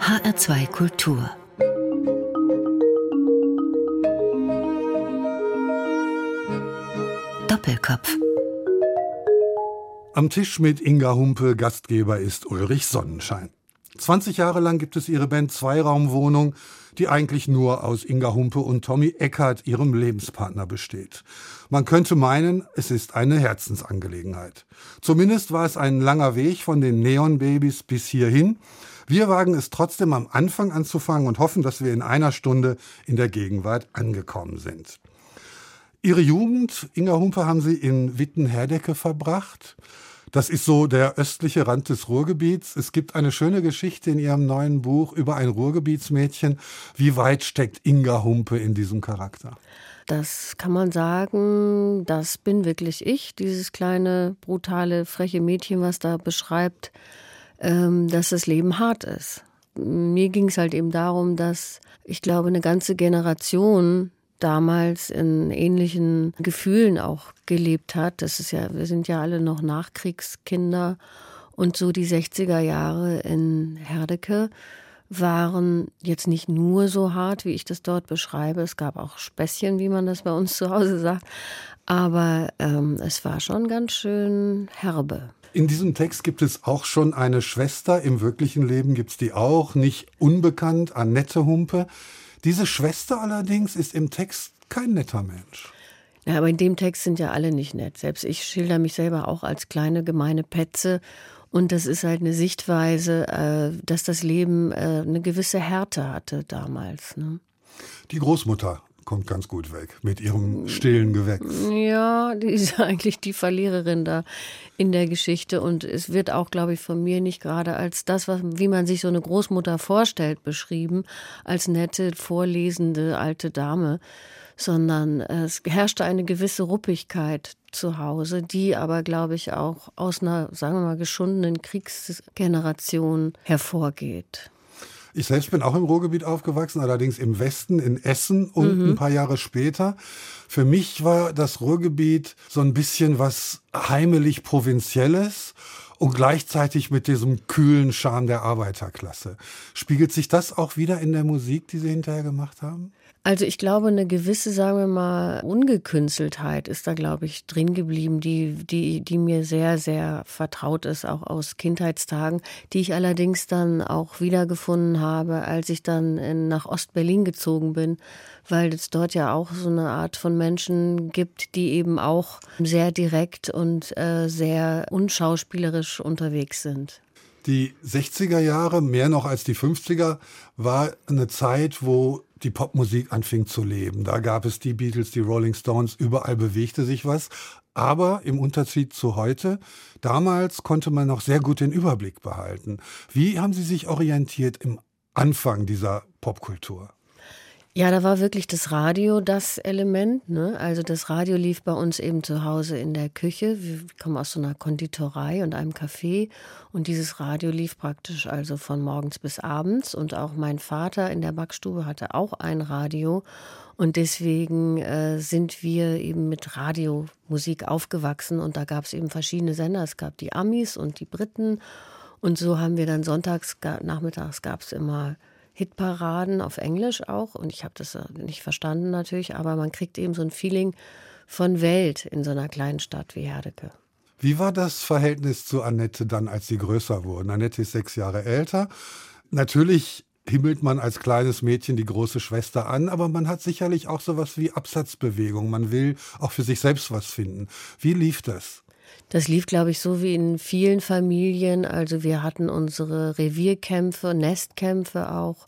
HR2 Kultur. Doppelkopf. Am Tisch mit Inga Humpe, Gastgeber ist Ulrich Sonnenschein. 20 Jahre lang gibt es ihre Band Zweiraumwohnung, die eigentlich nur aus Inga Humpe und Tommy Eckert, ihrem Lebenspartner, besteht. Man könnte meinen, es ist eine Herzensangelegenheit. Zumindest war es ein langer Weg von den Neon-Babys bis hierhin. Wir wagen es trotzdem am Anfang anzufangen und hoffen, dass wir in einer Stunde in der Gegenwart angekommen sind. Ihre Jugend, Inga Humpe, haben Sie in Witten-Herdecke verbracht. Das ist so der östliche Rand des Ruhrgebiets. Es gibt eine schöne Geschichte in Ihrem neuen Buch über ein Ruhrgebietsmädchen. Wie weit steckt Inga Humpe in diesem Charakter? Das kann man sagen, das bin wirklich ich, dieses kleine, brutale, freche Mädchen, was da beschreibt, dass das Leben hart ist. Mir ging es halt eben darum, dass ich glaube, eine ganze Generation damals in ähnlichen Gefühlen auch gelebt hat. Das ist ja, wir sind ja alle noch Nachkriegskinder und so die 60er Jahre in Herdecke waren jetzt nicht nur so hart, wie ich das dort beschreibe. Es gab auch Späßchen, wie man das bei uns zu Hause sagt. Aber es war schon ganz schön herbe. In diesem Text gibt es auch schon eine Schwester. Im wirklichen Leben gibt es die auch, nicht unbekannt, Annette Humpe. Diese Schwester allerdings ist im Text kein netter Mensch. Ja, aber in dem Text sind ja alle nicht nett. Selbst ich schilder mich selber auch als kleine, gemeine Petze. Und das ist halt eine Sichtweise, dass das Leben eine gewisse Härte hatte damals. Ne? Die Großmutter kommt ganz gut weg mit ihrem stillen Gewächs. Ja, die ist eigentlich die Verliererin da in der Geschichte. Und es wird auch, glaube ich, von mir nicht gerade als das, wie man sich so eine Großmutter vorstellt, beschrieben, als nette, vorlesende alte Dame, sondern es herrschte eine gewisse Ruppigkeit zu Hause, die aber, glaube ich, auch aus einer, sagen wir mal, geschundenen Kriegsgeneration hervorgeht. Ich selbst bin auch im Ruhrgebiet aufgewachsen, allerdings im Westen, in Essen und ein paar Jahre später. Für mich war das Ruhrgebiet so ein bisschen was heimelig Provinzielles und gleichzeitig mit diesem kühlen Charme der Arbeiterklasse. Spiegelt sich das auch wieder in der Musik, die Sie hinterher gemacht haben? Also ich glaube, eine gewisse, sagen wir mal, Ungekünsteltheit ist da, glaube ich, drin geblieben, die mir sehr, sehr vertraut ist, auch aus Kindheitstagen, die ich allerdings dann auch wiedergefunden habe, als ich dann nach Ostberlin gezogen bin, weil es dort ja auch so eine Art von Menschen gibt, die eben auch sehr direkt und sehr unschauspielerisch unterwegs sind. Die 60er Jahre, mehr noch als die 50er, war eine Zeit, wo die Popmusik anfing zu leben. Da gab es die Beatles, die Rolling Stones, überall bewegte sich was. Aber im Unterschied zu heute, damals konnte man noch sehr gut den Überblick behalten. Wie haben Sie sich orientiert im Anfang dieser Popkultur? Ja, da war wirklich das Radio das Element, ne? Also das Radio lief bei uns eben zu Hause in der Küche. Wir kommen aus so einer Konditorei und einem Café und dieses Radio lief praktisch also von morgens bis abends und auch mein Vater in der Backstube hatte auch ein Radio und deswegen sind wir eben mit Radiomusik aufgewachsen und da gab es eben verschiedene Sender. Es gab die Amis und die Briten und so haben wir dann nachmittags gab es immer Hitparaden auf Englisch auch und ich habe das nicht verstanden natürlich, aber man kriegt eben so ein Feeling von Welt in so einer kleinen Stadt wie Herdecke. Wie war das Verhältnis zu Annette dann, als Sie größer wurden? Annette ist 6 Jahre älter. Natürlich himmelt man als kleines Mädchen die große Schwester an, aber man hat sicherlich auch sowas wie Absatzbewegung. Man will auch für sich selbst was finden. Wie lief das? Das lief, glaube ich, so wie in vielen Familien. Also wir hatten unsere Revierkämpfe, Nestkämpfe auch.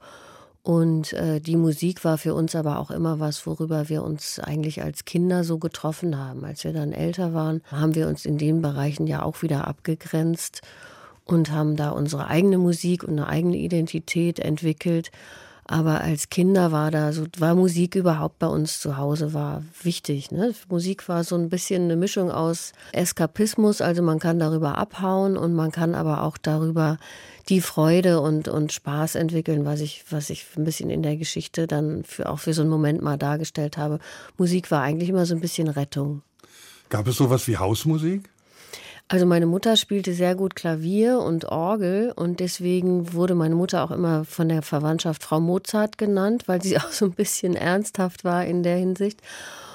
Und die Musik war für uns aber auch immer was, worüber wir uns eigentlich als Kinder so getroffen haben. Als wir dann älter waren, haben wir uns in den Bereichen ja auch wieder abgegrenzt und haben da unsere eigene Musik und eine eigene Identität entwickelt. Aber als Kinder war Musik überhaupt bei uns zu Hause war wichtig. Ne? Musik war so ein bisschen eine Mischung aus Eskapismus, also man kann darüber abhauen und man kann aber auch darüber die Freude und Spaß entwickeln, was ich ein bisschen in der Geschichte dann auch für so einen Moment mal dargestellt habe. Musik war eigentlich immer so ein bisschen Rettung. Gab es sowas wie Hausmusik? Also meine Mutter spielte sehr gut Klavier und Orgel und deswegen wurde meine Mutter auch immer von der Verwandtschaft Frau Mozart genannt, weil sie auch so ein bisschen ernsthaft war in der Hinsicht.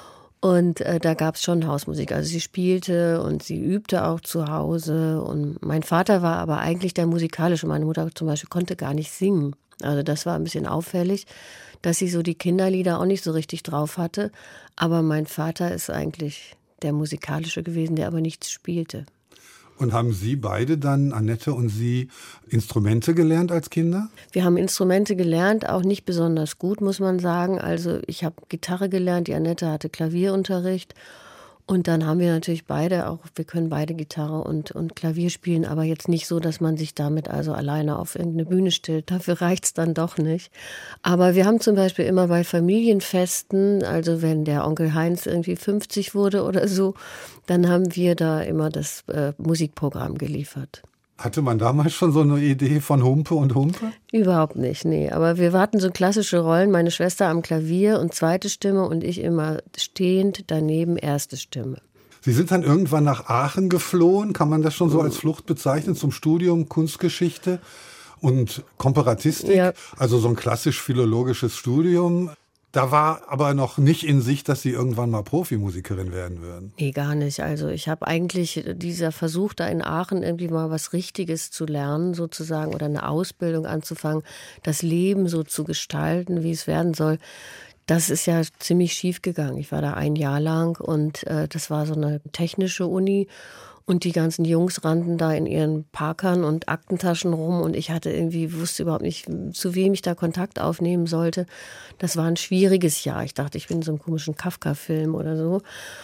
Und da gab es schon Hausmusik. Also sie spielte und sie übte auch zu Hause. Und mein Vater war aber eigentlich der musikalische. Meine Mutter zum Beispiel konnte gar nicht singen. Also das war ein bisschen auffällig, dass sie so die Kinderlieder auch nicht so richtig drauf hatte. Aber mein Vater ist eigentlich der musikalische gewesen, der aber nichts spielte. Und haben Sie beide dann, Annette und Sie, Instrumente gelernt als Kinder? Wir haben Instrumente gelernt, auch nicht besonders gut, muss man sagen. Also ich habe Gitarre gelernt, die Annette hatte Klavierunterricht. Und dann haben wir natürlich beide auch, wir können beide Gitarre und Klavier spielen, aber jetzt nicht so, dass man sich damit also alleine auf irgendeine Bühne stellt. Dafür reicht's dann doch nicht. Aber wir haben zum Beispiel immer bei Familienfesten, also wenn der Onkel Heinz irgendwie 50 wurde oder so, dann haben wir da immer das Musikprogramm geliefert. Hatte man damals schon so eine Idee von Humpe und Humpe? Überhaupt nicht, nee. Aber wir hatten so klassische Rollen. Meine Schwester am Klavier und zweite Stimme und ich immer stehend daneben erste Stimme. Sie sind dann irgendwann nach Aachen geflohen. Kann man das schon so als Flucht bezeichnen zum Studium Kunstgeschichte und Komparatistik? Ja. Also so ein klassisch-philologisches Studium. Da war aber noch nicht in Sicht, dass Sie irgendwann mal Profimusikerin werden würden. Nee, gar nicht. Also ich habe eigentlich dieser Versuch, da in Aachen irgendwie mal was Richtiges zu lernen sozusagen oder eine Ausbildung anzufangen, das Leben so zu gestalten, wie es werden soll, das ist ja ziemlich schief gegangen. Ich war da ein Jahr lang und das war so eine technische Uni. Und die ganzen Jungs rannten da in ihren Parkern und Aktentaschen rum und ich wusste überhaupt nicht, zu wem ich da Kontakt aufnehmen sollte. Das war ein schwieriges Jahr. Ich dachte, ich bin in so einem komischen Kafka-Film oder so.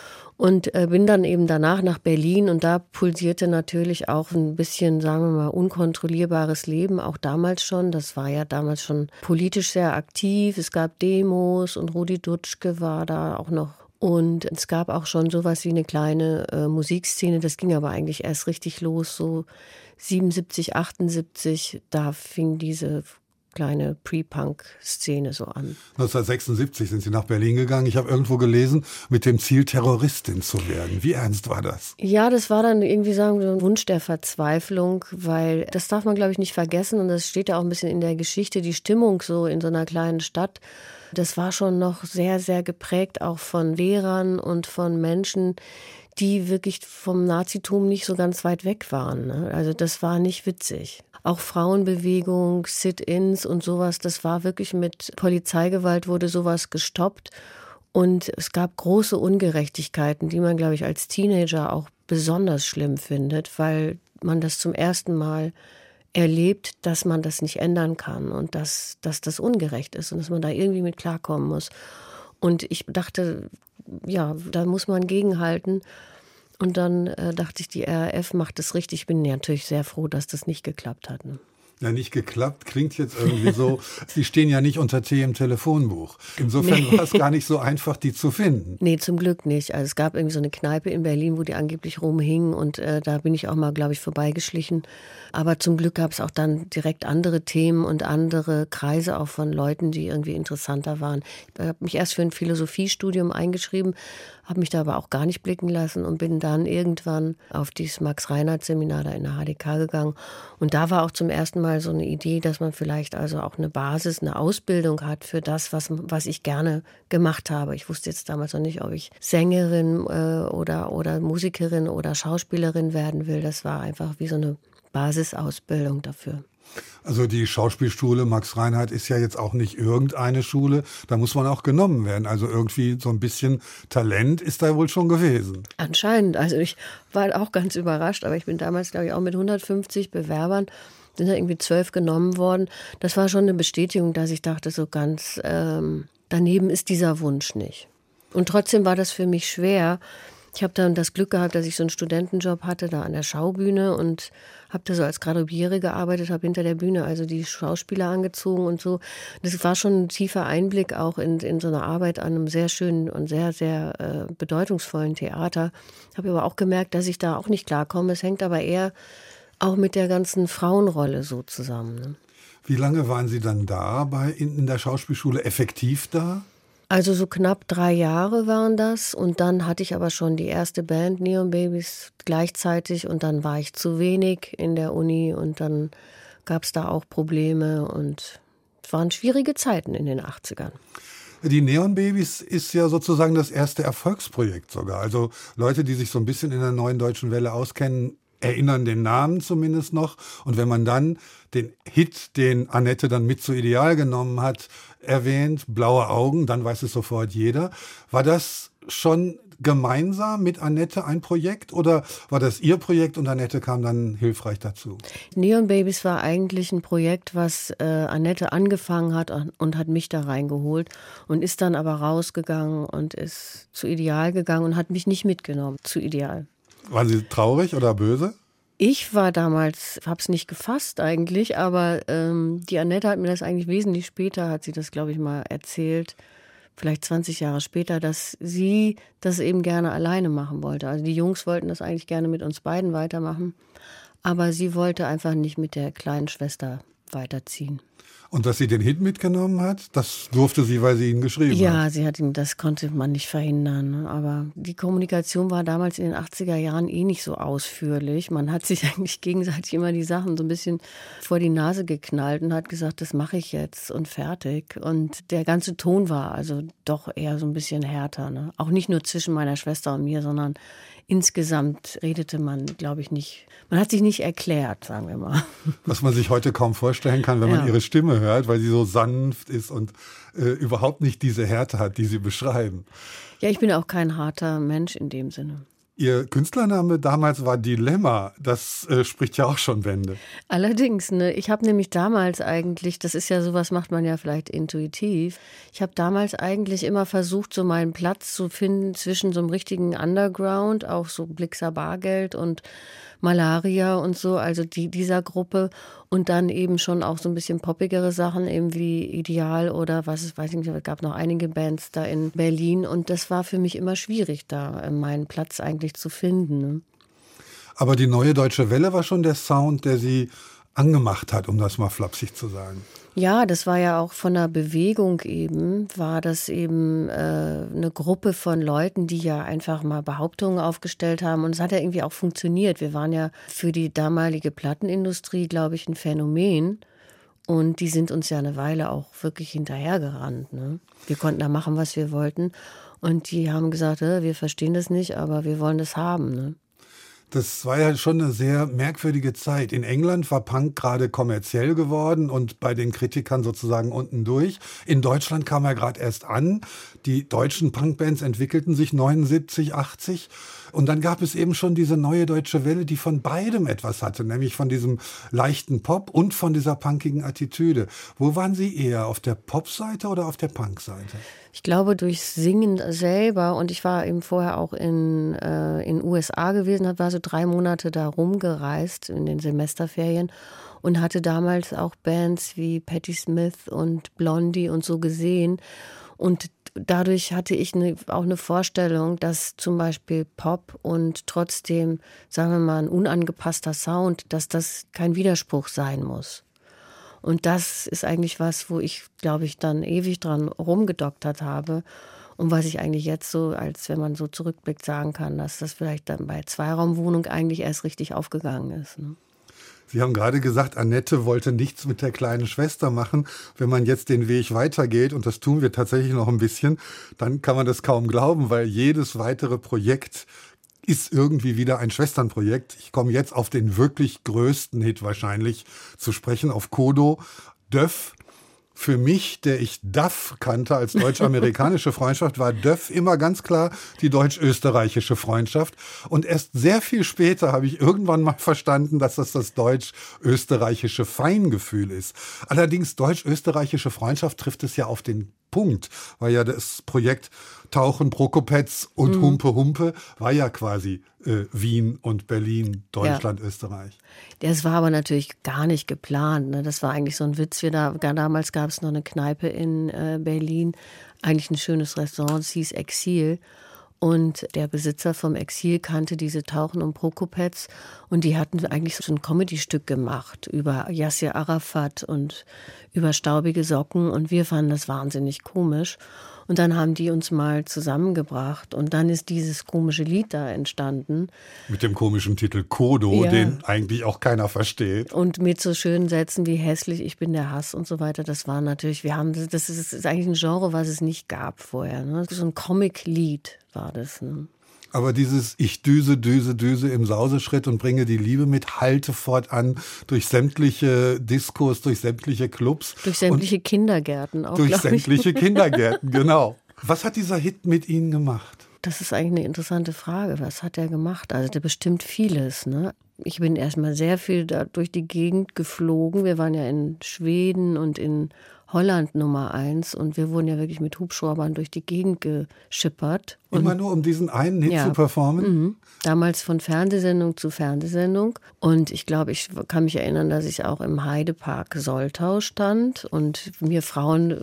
Und bin dann eben danach nach Berlin und da pulsierte natürlich auch ein bisschen, sagen wir mal, unkontrollierbares Leben, auch damals schon. Das war ja damals schon politisch sehr aktiv. Es gab Demos und Rudi Dutschke war da auch noch. Und es gab auch schon sowas wie eine kleine Musikszene. Das ging aber eigentlich erst richtig los, so 77, 78. Da fing diese kleine Pre-Punk-Szene so an. 1976 sind Sie nach Berlin gegangen. Ich habe irgendwo gelesen, mit dem Ziel, Terroristin zu werden. Wie ernst war das? Ja, das war dann irgendwie, sagen wir, ein Wunsch der Verzweiflung, weil das darf man, glaube ich, nicht vergessen. Und das steht ja auch ein bisschen in der Geschichte, die Stimmung so in so einer kleinen Stadt. Das war schon noch sehr, sehr geprägt, auch von Lehrern und von Menschen, die wirklich vom Nazitum nicht so ganz weit weg waren. Also das war nicht witzig. Auch Frauenbewegung, Sit-ins und sowas, das war wirklich mit Polizeigewalt wurde sowas gestoppt. Und es gab große Ungerechtigkeiten, die man, glaube ich, als Teenager auch besonders schlimm findet, weil man das zum ersten Mal erlebt, dass man das nicht ändern kann und dass das ungerecht ist und dass man da irgendwie mit klarkommen muss. Und ich dachte, ja, da muss man gegenhalten. Und dann dachte ich, die RAF macht das richtig. Ich bin natürlich sehr froh, dass das nicht geklappt hat. Ne? Ja, nicht geklappt, klingt jetzt irgendwie so, Sie stehen ja nicht unter T im Telefonbuch. Insofern war es gar nicht so einfach, die zu finden. Nee, zum Glück nicht. Also es gab irgendwie so eine Kneipe in Berlin, wo die angeblich rumhingen und da bin ich auch mal, glaube ich, vorbeigeschlichen. Aber zum Glück gab es auch dann direkt andere Themen und andere Kreise auch von Leuten, die irgendwie interessanter waren. Ich habe mich erst für ein Philosophiestudium eingeschrieben, habe mich da aber auch gar nicht blicken lassen und bin dann irgendwann auf dieses Max-Reinhardt-Seminar da in der HDK gegangen. Und da war auch zum ersten Mal so eine Idee, dass man vielleicht also auch eine Basis, eine Ausbildung hat für das, was ich gerne gemacht habe. Ich wusste jetzt damals noch nicht, ob ich Sängerin oder Musikerin oder Schauspielerin werden will. Das war einfach wie so eine Basisausbildung dafür. Also die Schauspielschule Max Reinhardt ist ja jetzt auch nicht irgendeine Schule. Da muss man auch genommen werden. Also irgendwie so ein bisschen Talent ist da wohl schon gewesen. Anscheinend. Also ich war auch ganz überrascht. Aber ich bin damals, glaube ich, auch mit 150 Bewerbern, sind da irgendwie 12 genommen worden. Das war schon eine Bestätigung, dass ich dachte, so ganz daneben ist dieser Wunsch nicht. Und trotzdem war das für mich schwer. Ich habe dann das Glück gehabt, dass ich so einen Studentenjob hatte, da an der Schaubühne und habe da so als Gradubiere gearbeitet, habe hinter der Bühne also die Schauspieler angezogen und so. Das war schon ein tiefer Einblick auch in so eine Arbeit an einem sehr schönen und sehr, sehr bedeutungsvollen Theater. Habe aber auch gemerkt, dass ich da auch nicht klarkomme. Es hängt aber eher auch mit der ganzen Frauenrolle so zusammen. Ne? Wie lange waren Sie dann da in der Schauspielschule effektiv da? Also so knapp 3 Jahre waren das und dann hatte ich aber schon die erste Band, Neon Babies, gleichzeitig und dann war ich zu wenig in der Uni und dann gab es da auch Probleme und es waren schwierige Zeiten in den 80ern. Die Neon Babies ist ja sozusagen das erste Erfolgsprojekt sogar. Also Leute, die sich so ein bisschen in der neuen deutschen Welle auskennen, erinnern den Namen zumindest noch. Und wenn man dann den Hit, den Annette dann mit zu Ideal genommen hat, erwähnt, Blaue Augen, dann weiß es sofort jeder. War das schon gemeinsam mit Annette ein Projekt oder war das ihr Projekt und Annette kam dann hilfreich dazu? Neon Babies war eigentlich ein Projekt, was Annette angefangen hat und hat mich da reingeholt und ist dann aber rausgegangen und ist zu Ideal gegangen und hat mich nicht mitgenommen zu Ideal. Waren Sie traurig oder böse? Ich war damals, hab's nicht gefasst eigentlich, aber die Annette hat mir das eigentlich wesentlich später, hat sie das, glaube ich, mal erzählt, vielleicht 20 Jahre später, dass sie das eben gerne alleine machen wollte. Also die Jungs wollten das eigentlich gerne mit uns beiden weitermachen, aber sie wollte einfach nicht mit der kleinen Schwester weiterziehen. Und dass sie den Hit mitgenommen hat, das durfte sie, weil sie ihn geschrieben hat. Ja, sie hat ihn, das konnte man nicht verhindern. Aber die Kommunikation war damals in den 80er Jahren nicht so ausführlich. Man hat sich eigentlich gegenseitig immer die Sachen so ein bisschen vor die Nase geknallt und hat gesagt, das mache ich jetzt und fertig. Und der ganze Ton war also doch eher so ein bisschen härter. Ne? Auch nicht nur zwischen meiner Schwester und mir, sondern insgesamt redete man, glaube ich, nicht. Man hat sich nicht erklärt, sagen wir mal. Was man sich heute kaum vorstellen kann, wenn man ihre Stimme hört, weil sie so sanft ist und überhaupt nicht diese Härte hat, die Sie beschreiben. Ja, ich bin auch kein harter Mensch in dem Sinne. Ihr Künstlername damals war Dilemma. Das spricht ja auch schon Bände. Allerdings, ne? Ich habe nämlich damals eigentlich, das ist ja sowas, macht man ja vielleicht intuitiv. Ich habe damals eigentlich immer versucht, so meinen Platz zu finden zwischen so einem richtigen Underground, auch so Blixer Bargeld und Malaria und so, also dieser Gruppe und dann eben schon auch so ein bisschen poppigere Sachen, eben wie Ideal oder weiß ich nicht, es gab noch einige Bands da in Berlin und das war für mich immer schwierig, da meinen Platz eigentlich zu finden. Ne? Aber die Neue Deutsche Welle war schon der Sound, der Sie angemacht hat, um das mal flapsig zu sagen. Ja, das war ja auch von der Bewegung eben, war das eben eine Gruppe von Leuten, die ja einfach mal Behauptungen aufgestellt haben. Und es hat ja irgendwie auch funktioniert. Wir waren ja für die damalige Plattenindustrie, glaube ich, ein Phänomen. Und die sind uns ja eine Weile auch wirklich hinterhergerannt. Ne? Wir konnten da machen, was wir wollten. Und die haben gesagt, wir verstehen das nicht, aber wir wollen das haben. Ne? Das war ja schon eine sehr merkwürdige Zeit. In England war Punk gerade kommerziell geworden und bei den Kritikern sozusagen unten durch. In Deutschland kam er gerade erst an. Die deutschen Punkbands entwickelten sich 79, 80. Und dann gab es eben schon diese Neue Deutsche Welle, die von beidem etwas hatte, nämlich von diesem leichten Pop und von dieser punkigen Attitüde. Wo waren Sie eher, auf der Pop-Seite oder auf der Punk-Seite? Ich glaube, durchs Singen selber und ich war eben vorher auch in USA gewesen, war so 3 Monate da rumgereist in den Semesterferien und hatte damals auch Bands wie Patti Smith und Blondie und so gesehen und dadurch hatte ich auch eine Vorstellung, dass zum Beispiel Pop und trotzdem, sagen wir mal, ein unangepasster Sound, dass das kein Widerspruch sein muss. Und das ist eigentlich was, wo ich, glaube ich, dann ewig dran rumgedoktert habe. Und was ich eigentlich jetzt so, als wenn man so zurückblickt, sagen kann, dass das vielleicht dann bei Zweiraumwohnung eigentlich erst richtig aufgegangen ist. Ne? Sie haben gerade gesagt, Annette wollte nichts mit der kleinen Schwester machen. Wenn man jetzt den Weg weitergeht, und das tun wir tatsächlich noch ein bisschen, dann kann man das kaum glauben, weil jedes weitere Projekt ist irgendwie wieder ein Schwesternprojekt. Ich komme jetzt auf den wirklich größten Hit wahrscheinlich zu sprechen, auf Kodo. Döff. Für mich, der ich DAF kannte als deutsch-amerikanische Freundschaft, war Döff immer ganz klar die deutsch-österreichische Freundschaft. Und erst sehr viel später habe ich irgendwann mal verstanden, dass das deutsch-österreichische Feingefühl ist. Allerdings deutsch-österreichische Freundschaft trifft es ja auf den Punkt, weil ja das Projekt Tauchen, Prokopetz und Humpe Humpe war ja quasi Wien und Berlin, Deutschland, ja. Österreich. Das war aber natürlich gar nicht geplant. Ne? Das war eigentlich so ein Witz. Damals gab es noch eine Kneipe in Berlin, eigentlich ein schönes Restaurant, es hieß Exil. Und der Besitzer vom Exil kannte diese Tauchen und Prokopetz und die hatten eigentlich so ein Comedy-Stück gemacht über Yasser Arafat und über staubige Socken und wir fanden das wahnsinnig komisch. Und dann haben die uns mal zusammengebracht und dann ist dieses komische Lied da entstanden. Mit dem komischen Titel Kodo, den eigentlich auch keiner versteht. Und mit so schönen Sätzen wie hässlich, ich bin der Hass und so weiter. Das war natürlich, das ist eigentlich ein Genre, was es nicht gab vorher. Ne? So ein Comic-Lied war das. Ne? Aber dieses Ich düse, düse, düse im Sauseschritt und bringe die Liebe mit, halte fortan durch sämtliche Diskos, durch sämtliche Clubs. Durch sämtliche Kindergärten auch, durch sämtliche Kindergärten, genau. Was hat dieser Hit mit Ihnen gemacht? Das ist eigentlich eine interessante Frage. Was hat er gemacht? Also der bestimmt vieles. Ne? Ich bin erstmal sehr viel da durch die Gegend geflogen. Wir waren ja in Schweden und in Holland Nummer 1 und wir wurden ja wirklich mit Hubschraubern durch die Gegend geschippert. Immer nur um diesen einen Hit zu performen? Mhm. Damals von Fernsehsendung zu Fernsehsendung. Und ich glaube, ich kann mich erinnern, dass ich auch im Heidepark Soltau stand und mir Frauen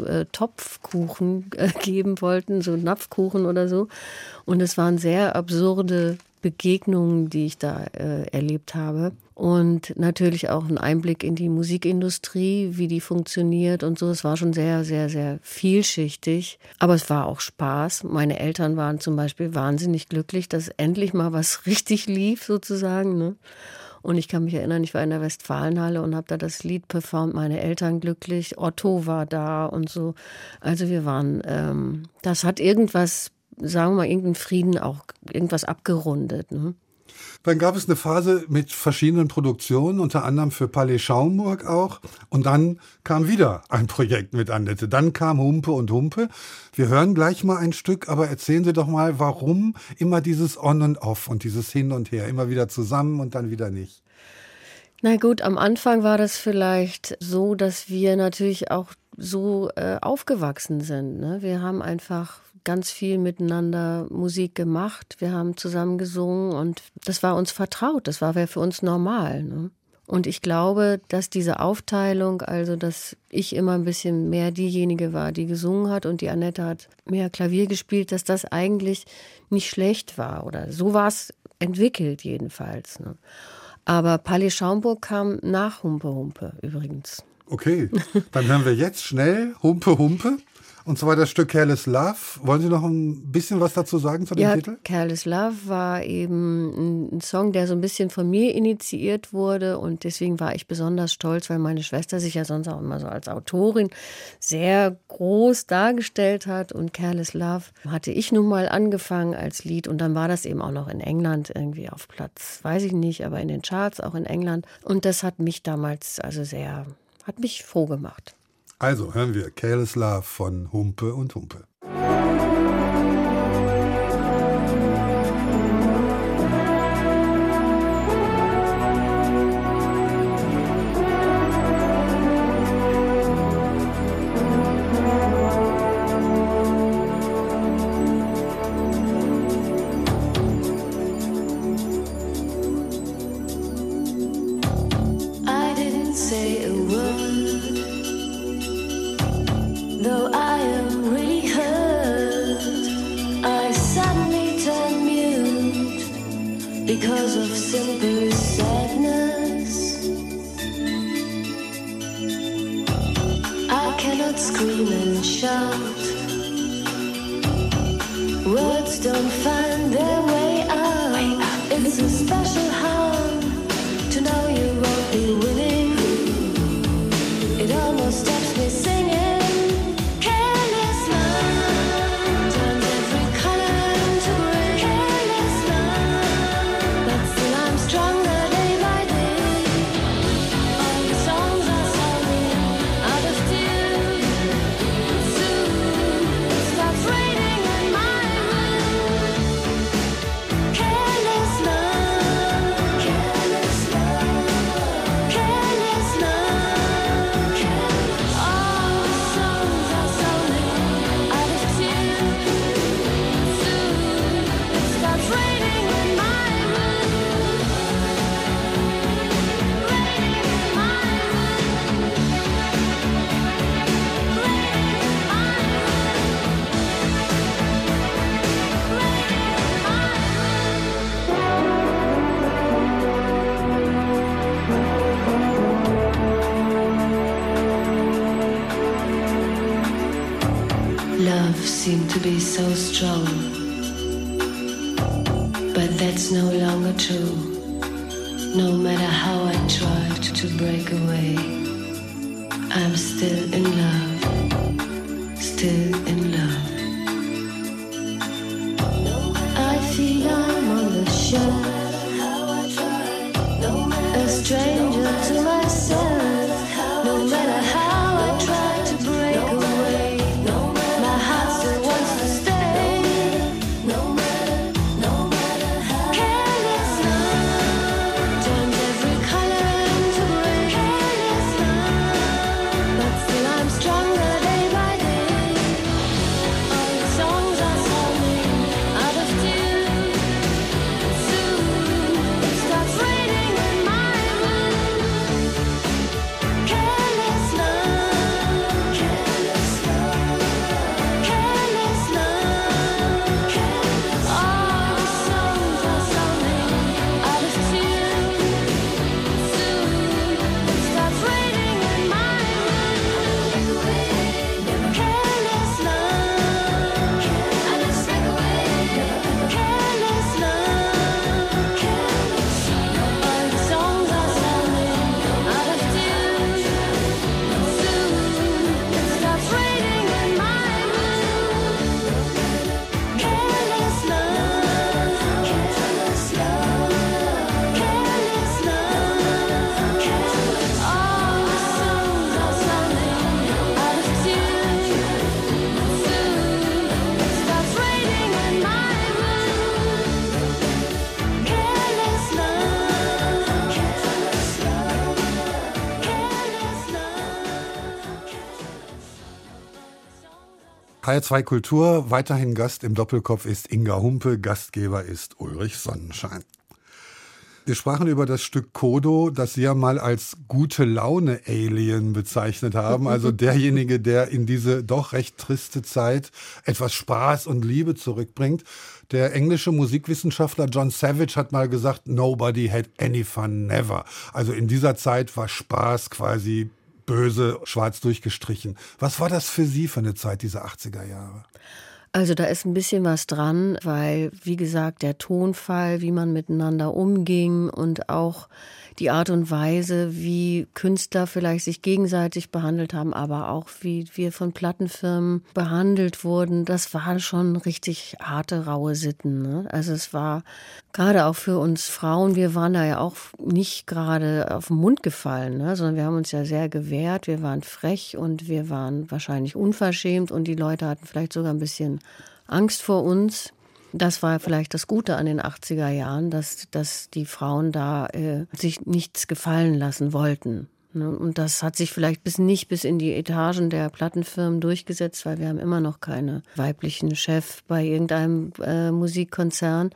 Topfkuchen geben wollten, so Napfkuchen oder so. Und es waren sehr absurde Begegnungen, die ich da erlebt habe. Und natürlich auch ein Einblick in die Musikindustrie, wie die funktioniert und so. Es war schon sehr, sehr, sehr vielschichtig. Aber es war auch Spaß. Meine Eltern waren zum Beispiel wahnsinnig glücklich, dass endlich mal was richtig lief sozusagen. Ne? Und ich kann mich erinnern, ich war in der Westfalenhalle und habe da das Lied performt. Meine Eltern glücklich, Otto war da und so. Also wir waren, das hat irgendwas, sagen wir mal, irgendeinen Frieden auch, irgendwas abgerundet. Ne? Dann gab es eine Phase mit verschiedenen Produktionen, unter anderem für Palais Schaumburg auch. Und dann kam wieder ein Projekt mit Annette. Dann kam Humpe und Humpe. Wir hören gleich mal ein Stück, aber erzählen Sie doch mal, warum immer dieses On und Off und dieses Hin und Her, immer wieder zusammen und dann wieder nicht. Na gut, am Anfang war das vielleicht so, dass wir natürlich auch so aufgewachsen sind. Ne? Wir haben einfach ganz viel miteinander Musik gemacht. Wir haben zusammen gesungen und das war uns vertraut. Das war für uns normal. Ne? Und ich glaube, dass diese Aufteilung, also dass ich immer ein bisschen mehr diejenige war, die gesungen hat und die Annette hat mehr Klavier gespielt, dass das eigentlich nicht schlecht war. Oder so war es entwickelt jedenfalls. Ne? Aber Palais Schaumburg kam nach Humpe Humpe übrigens. Okay, dann hören wir jetzt schnell Humpe Humpe. Und zwar das Stück Careless Love. Wollen Sie noch ein bisschen was dazu sagen zu dem Titel? Careless Love war eben ein Song, der so ein bisschen von mir initiiert wurde. Und deswegen war ich besonders stolz, weil meine Schwester sich ja sonst auch immer so als Autorin sehr groß dargestellt hat. Und Careless Love hatte ich nun mal angefangen als Lied. Und dann war das eben auch noch in England irgendwie auf Platz, weiß ich nicht, aber in den Charts auch in England. Und das hat mich damals hat mich froh gemacht. Also hören wir Careless Love von Humpe und Humpe. Because of simple sadness, I cannot scream and shout. Words don't find their way out. It's a special harm to know you won't be winning. It almost stops me singing. seemed to be so strong. But that's no longer true. No matter how I tried to break away, I'm still in love, still in love. I feel I'm on the shelf, a stranger to myself. No matter how I try to break away, my heart still wants to stay. Careless love turns every color into gray. Careless love, but still I'm stronger day by day. All the songs are sounding out of tune. Soon it starts raining in my room. Careless love, careless love, careless love, careless love. All the songs are sounding out of tune. Soon it starts raining in my room. Careless love, and it's like a wave. Careless love, careless love. All the songs are sounding out of tune. Soon it starts raining in my room. Careless love, careless love, careless love, careless. All the songs are sounding out of tune. Soon it starts raining in my room. Careless love, careless love, careless love. HR2 Kultur, weiterhin Gast im Doppelkopf ist Inga Humpe, Gastgeber ist Ulrich Sonnenschein. Wir sprachen über das Stück Kodo, das Sie ja mal als Gute-Laune-Alien bezeichnet haben. Also derjenige, der in diese doch recht triste Zeit etwas Spaß und Liebe zurückbringt. Der englische Musikwissenschaftler John Savage hat mal gesagt, nobody had any fun, never. Also in dieser Zeit war Spaß quasi böse, schwarz durchgestrichen. Was war das für Sie für eine Zeit, diese 80er Jahre? Also da ist ein bisschen was dran, weil, wie gesagt, der Tonfall, wie man miteinander umging und auch die Art und Weise, wie Künstler vielleicht sich gegenseitig behandelt haben, aber auch wie wir von Plattenfirmen behandelt wurden, das waren schon richtig harte, raue Sitten, ne? Also es war gerade auch für uns Frauen, wir waren da ja auch nicht gerade auf den Mund gefallen, ne? Sondern wir haben uns ja sehr gewehrt, wir waren frech und wir waren wahrscheinlich unverschämt und die Leute hatten vielleicht sogar ein bisschen Angst vor uns. Das war vielleicht das Gute an den 80er Jahren, dass die Frauen da sich nichts gefallen lassen wollten. Ne? Und das hat sich vielleicht nicht bis in die Etagen der Plattenfirmen durchgesetzt, weil wir haben immer noch keine weiblichen Chef bei irgendeinem Musikkonzern.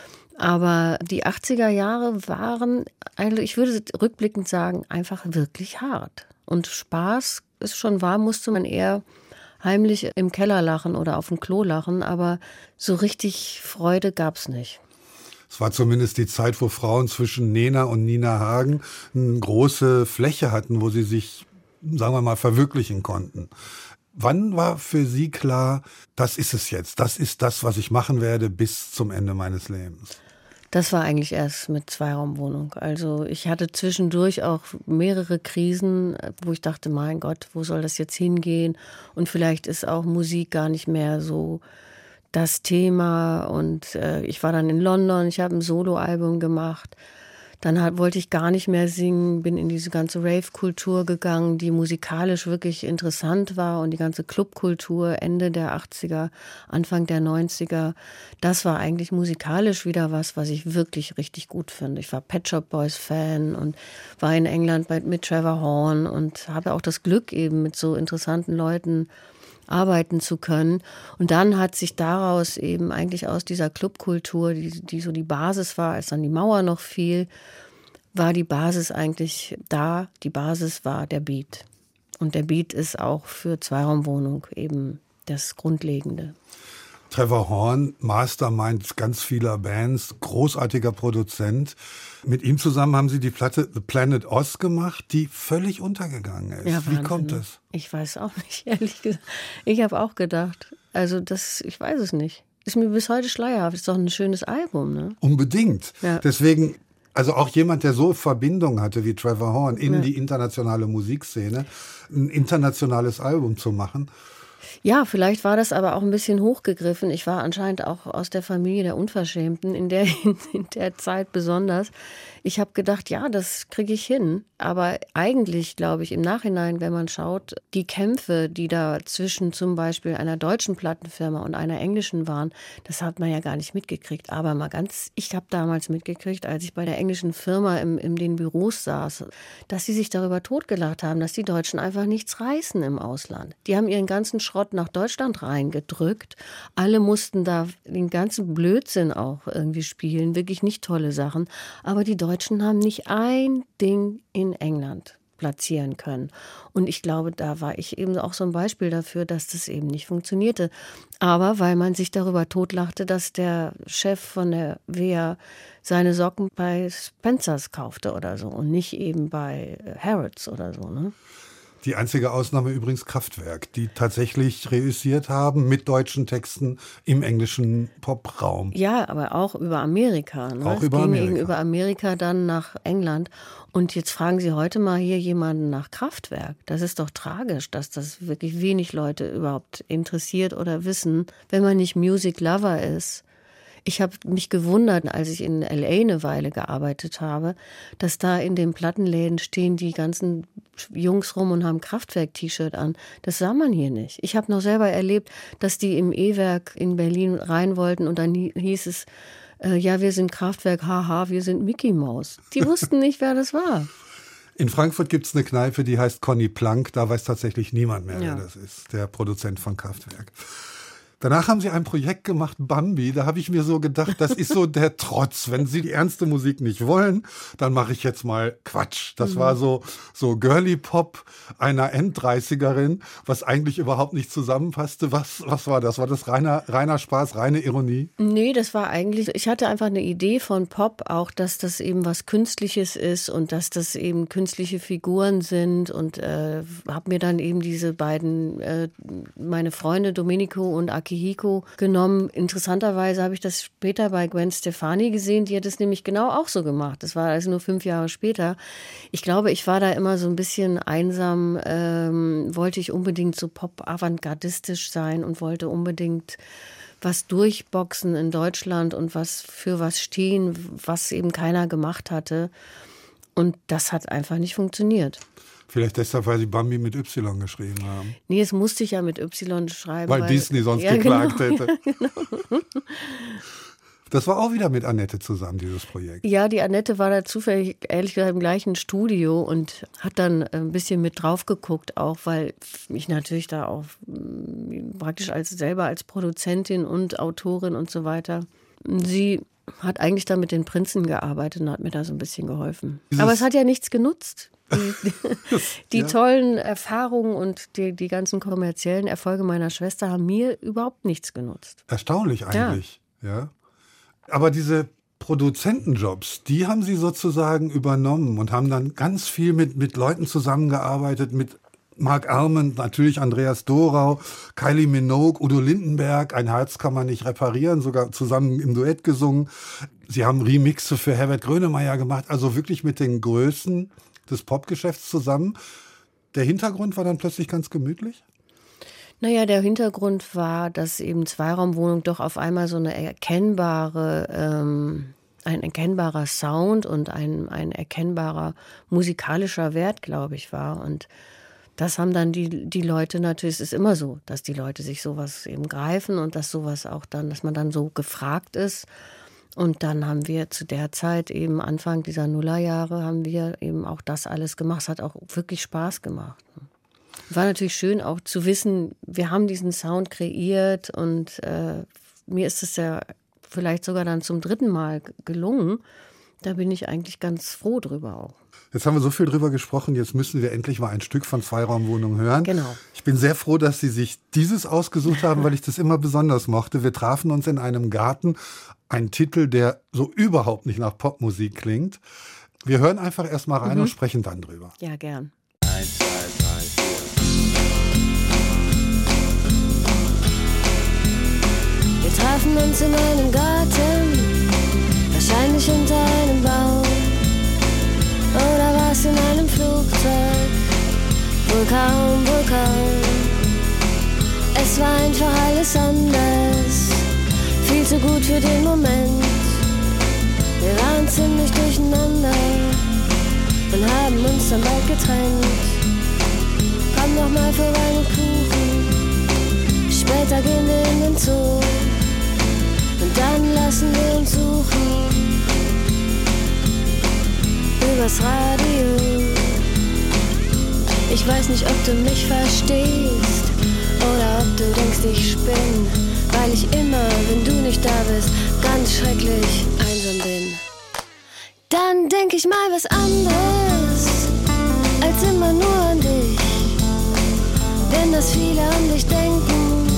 Aber die 80er Jahre waren, also ich würde rückblickend sagen, einfach wirklich hart. Und Spaß ist schon wahr, musste man eher heimlich im Keller lachen oder auf dem Klo lachen, aber so richtig Freude gab's nicht. Es war zumindest die Zeit, wo Frauen zwischen Nena und Nina Hagen eine große Fläche hatten, wo sie sich, sagen wir mal, verwirklichen konnten. Wann war für Sie klar, das ist es jetzt, das ist das, was ich machen werde bis zum Ende meines Lebens? Das war eigentlich erst mit Zweiraumwohnung. Also ich hatte zwischendurch auch mehrere Krisen, wo ich dachte, mein Gott, wo soll das jetzt hingehen? Und vielleicht ist auch Musik gar nicht mehr so das Thema. Und ich war dann in London, ich habe ein Soloalbum gemacht. Dann wollte ich gar nicht mehr singen, bin in diese ganze Rave-Kultur gegangen, die musikalisch wirklich interessant war und die ganze Clubkultur Ende der 80er, Anfang der 90er. Das war eigentlich musikalisch wieder was ich wirklich richtig gut finde. Ich war Pet Shop Boys Fan und war in England mit Trevor Horn und habe auch das Glück, eben mit so interessanten Leuten arbeiten zu können. Und dann hat sich daraus eben eigentlich aus dieser Clubkultur, die so die Basis war, als dann die Mauer noch fiel, war die Basis eigentlich da. Die Basis war der Beat. Und der Beat ist auch für Zweiraumwohnung eben das Grundlegende. Trevor Horn, Mastermind ganz vieler Bands, großartiger Produzent. Mit ihm zusammen haben Sie die Platte The Planet Oz gemacht, die völlig untergegangen ist. Ja, wie kommt das? Ich weiß auch nicht, ehrlich gesagt. Ich habe auch gedacht, Also ich weiß es nicht. Ist mir bis heute schleierhaft. Ist doch ein schönes Album, ne? Unbedingt. Ja. Deswegen, also auch jemand, der so Verbindung hatte wie Trevor Horn in die internationale Musikszene, ein internationales Album zu machen. Ja, vielleicht war das aber auch ein bisschen hochgegriffen. Ich war anscheinend auch aus der Familie der Unverschämten, in der Zeit besonders. Ich habe gedacht, ja, das kriege ich hin. Aber eigentlich, glaube ich, im Nachhinein, wenn man schaut, die Kämpfe, die da zwischen zum Beispiel einer deutschen Plattenfirma und einer englischen waren, das hat man ja gar nicht mitgekriegt. Aber ich habe damals mitgekriegt, als ich bei der englischen Firma in den Büros saß, dass sie sich darüber totgelacht haben, dass die Deutschen einfach nichts reißen im Ausland. Die haben ihren ganzen Schrott nach Deutschland reingedrückt. Alle mussten da den ganzen Blödsinn auch irgendwie spielen, wirklich nicht tolle Sachen. Aber die Deutschen haben nicht ein Ding in England platzieren können. Und ich glaube, da war ich eben auch so ein Beispiel dafür, dass das eben nicht funktionierte. Aber weil man sich darüber totlachte, dass der Chef von der WEA seine Socken bei Spencers kaufte oder so und nicht eben bei Harrods oder so, ne? Die einzige Ausnahme übrigens Kraftwerk, die tatsächlich reüssiert haben mit deutschen Texten im englischen Popraum. Ja, aber auch über Amerika. Ne? Auch über Amerika. Ging über Amerika dann nach England. Und jetzt fragen Sie heute mal hier jemanden nach Kraftwerk. Das ist doch tragisch, dass das wirklich wenig Leute überhaupt interessiert oder wissen, wenn man nicht Music Lover ist. Ich habe mich gewundert, als ich in L.A. eine Weile gearbeitet habe, dass da in den Plattenläden stehen die ganzen Jungs rum und haben Kraftwerk-T-Shirt an. Das sah man hier nicht. Ich habe noch selber erlebt, dass die im E-Werk in Berlin rein wollten und dann hieß es, ja, wir sind Kraftwerk, haha, wir sind Mickey Mouse. Die wussten nicht, wer das war. In Frankfurt gibt es eine Kneipe, die heißt Conny Plank. Da weiß tatsächlich niemand mehr, wer das ist, der Produzent von Kraftwerk. Danach haben sie ein Projekt gemacht, Bambi. Da habe ich mir so gedacht, das ist so der Trotz. Wenn sie die ernste Musik nicht wollen, dann mache ich jetzt mal Quatsch. Das war so Girly Pop einer End-30erin, was eigentlich überhaupt nicht zusammenpasste. Was war das? War das reiner Spaß, reine Ironie? Nee, das war eigentlich, ich hatte einfach eine Idee von Pop auch, dass das eben was Künstliches ist und dass das eben künstliche Figuren sind und habe mir dann eben diese beiden, meine Freunde Domenico und Akihiko genommen. Interessanterweise habe ich das später bei Gwen Stefani gesehen, die hat es nämlich genau auch so gemacht. Das war also nur 5 Jahre später. Ich glaube, ich war da immer so ein bisschen einsam, wollte ich unbedingt so pop-avantgardistisch sein und wollte unbedingt was durchboxen in Deutschland und für was stehen, was eben keiner gemacht hatte. Und das hat einfach nicht funktioniert. Vielleicht deshalb, weil sie Bambi mit Y geschrieben haben. Nee, es musste ich ja mit Y schreiben. Weil Disney sonst geklagt hätte. Ja, genau. Das war auch wieder mit Annette zusammen, dieses Projekt. Ja, die Annette war da zufällig, ehrlich gesagt, im gleichen Studio und hat dann ein bisschen mit drauf geguckt, auch weil ich natürlich da auch praktisch selber als Produzentin und Autorin und so weiter. Sie hat eigentlich da mit den Prinzen gearbeitet und hat mir da so ein bisschen geholfen. Aber es hat ja nichts genutzt. Die tollen Erfahrungen und die ganzen kommerziellen Erfolge meiner Schwester haben mir überhaupt nichts genutzt. Erstaunlich eigentlich, ja. Aber diese Produzentenjobs, die haben Sie sozusagen übernommen und haben dann ganz viel mit Leuten zusammengearbeitet, mit Mark Almond, natürlich Andreas Dorau, Kylie Minogue, Udo Lindenberg, Ein Herz kann man nicht reparieren, sogar zusammen im Duett gesungen. Sie haben Remixe für Herbert Grönemeyer gemacht, also wirklich mit den Größen des Popgeschäfts zusammen. Der Hintergrund war dann plötzlich ganz gemütlich? Naja, der Hintergrund war, dass eben Zweiraumwohnung doch auf einmal so ein erkennbarer Sound und ein erkennbarer musikalischer Wert, glaube ich, war. Und das haben dann die Leute natürlich, es ist immer so, dass die Leute sich sowas eben greifen und dass sowas auch dann, dass man dann so gefragt ist. Und dann haben wir zu der Zeit eben Anfang dieser Nullerjahre haben wir eben auch das alles gemacht. Es hat auch wirklich Spaß gemacht. War natürlich schön auch zu wissen, wir haben diesen Sound kreiert und mir ist es ja vielleicht sogar dann zum 3. Mal gelungen. Da bin ich eigentlich ganz froh drüber auch. Jetzt haben wir so viel drüber gesprochen, jetzt müssen wir endlich mal ein Stück von Zweiraumwohnung hören. Genau. Ich bin sehr froh, dass Sie sich dieses ausgesucht haben, weil ich das immer besonders mochte. Wir trafen uns in einem Garten, ein Titel, der so überhaupt nicht nach Popmusik klingt. Wir hören einfach erst mal rein und sprechen dann drüber. Ja, gern. 1, 2, 3, 4. uns in einem Garten, wahrscheinlich unter einem Baum. Oder war's in einem Flugzeug? Wohl kaum, wohl kaum. Es war einfach alles anders, viel zu gut für den Moment. Wir waren ziemlich durcheinander und haben uns dann bald getrennt. Komm noch mal vorbei mit Kuchen, später gehen wir in den Zoo und dann lassen wir uns suchen übers Radio. Ich weiß nicht, ob du mich verstehst oder ob du denkst, ich spinn, weil ich immer, wenn du nicht da bist, ganz schrecklich einsam bin. Dann denk ich mal was anderes als immer nur an dich, denn dass viele an dich denken,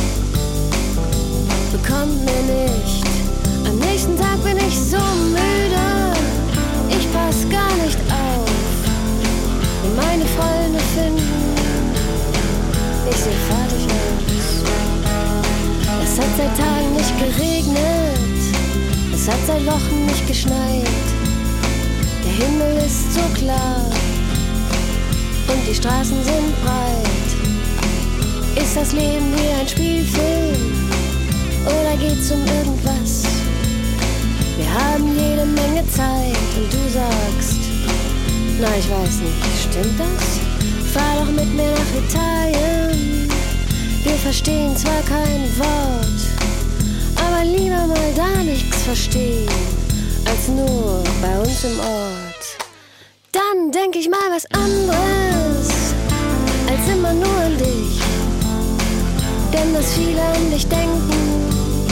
bekommt mir nicht. Am nächsten Tag bin ich so müde, ich pass gar nicht auf, und meine Freunde finden, ich seh fertig aus. Es hat seit Tagen nicht geregnet, es hat seit Wochen nicht geschneit. Der Himmel ist so klar und die Straßen sind breit. Ist das Leben wie ein Spielfilm oder geht's um irgendwas? Wir haben jede Menge Zeit und du sagst, na ich weiß nicht, stimmt das? Fahr doch mit mir nach Italien. Wir verstehen zwar kein Wort, aber lieber mal da nichts verstehen, als nur bei uns im Ort. Dann denk ich mal was anderes, als immer nur an dich, denn dass viele an dich denken,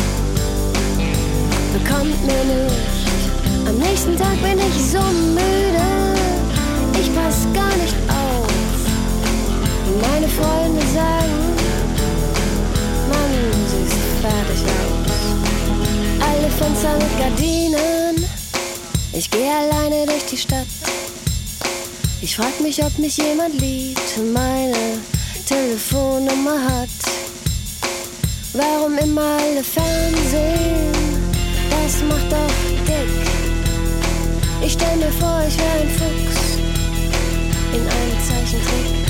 bekommt mir nicht. Am nächsten Tag bin ich so müde, ich pass gar nicht auf, und meine Freunde sagen, Mann, du siehst fertig aus. Alle Fenster mit Gardinen, ich gehe alleine durch die Stadt. Ich frag mich, ob mich jemand liebt und meine Telefonnummer hat. Warum immer alle Fernsehen, das macht doch dick. Ich stell mir vor, ich wär ein Fuchs in einem Zeichentrick.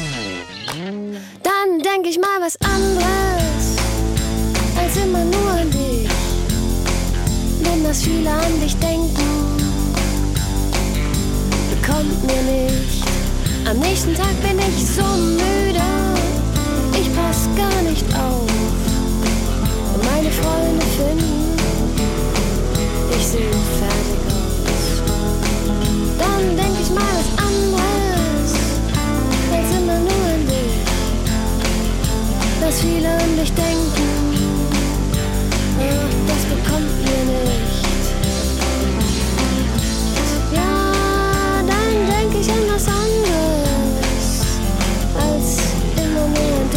Dann denk ich mal was anderes als immer nur an dich, denn dass viele an dich denken, bekommt mir nicht. Am nächsten Tag bin ich so müde, ich pass gar nicht auf, und meine Freunde finden, ich seh fertig aus. Dann denk ich mal was anderes als immer nur an dich, dass viele an dich denken, das bekommt mir nicht. Ja, dann denk ich an was anderes als immer nur an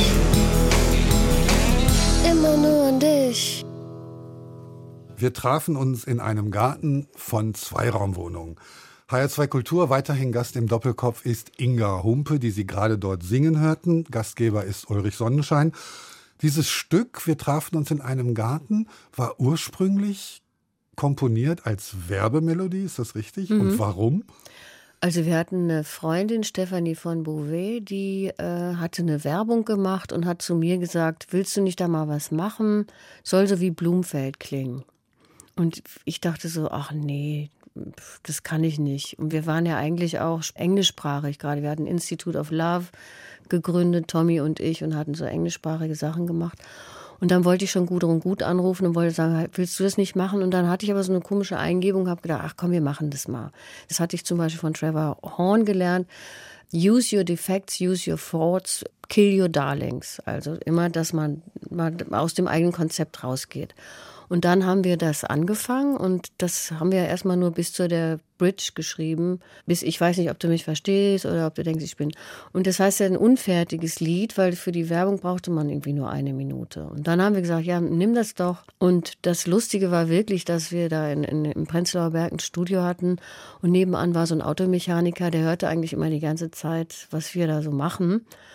dich. Immer nur an dich. Wir trafen uns in einem Garten von Zweiraumwohnungen. HR2 Kultur, weiterhin Gast im Doppelkopf ist Inga Humpe, die Sie gerade dort singen hörten. Gastgeber ist Ulrich Sonnenschein. Dieses Stück, wir trafen uns in einem Garten, war ursprünglich komponiert als Werbemelodie, ist das richtig? Und warum? Also wir hatten eine Freundin, Stefanie von Beauvais, die hatte eine Werbung gemacht und hat zu mir gesagt, willst du nicht da mal was machen? Soll so wie Blumfeld klingen. Und ich dachte so, ach nee, das kann ich nicht. Und wir waren ja eigentlich auch englischsprachig gerade. Wir hatten Institute of Love gegründet, Tommy und ich, und hatten so englischsprachige Sachen gemacht. Und dann wollte ich schon Gudrun Gut anrufen und wollte sagen, willst du das nicht machen? Und dann hatte ich aber so eine komische Eingebung, habe gedacht, ach komm, wir machen das mal. Das hatte ich zum Beispiel von Trevor Horn gelernt. Use your defects, use your faults, kill your darlings. Also immer, dass man mal aus dem eigenen Konzept rausgeht. Und dann haben wir das angefangen und das haben wir erstmal nur bis zu der Bridge geschrieben, bis ich weiß nicht, ob du mich verstehst oder ob du denkst, ich bin. Und das heißt ja ein unfertiges Lied, weil für die Werbung brauchte man irgendwie nur 1 Minute. Und dann haben wir gesagt, ja, nimm das doch. Und das Lustige war wirklich, dass wir da im Prenzlauer Berg ein Studio hatten und nebenan war so ein Automechaniker, der hörte eigentlich immer die ganze Zeit, was wir da so machen.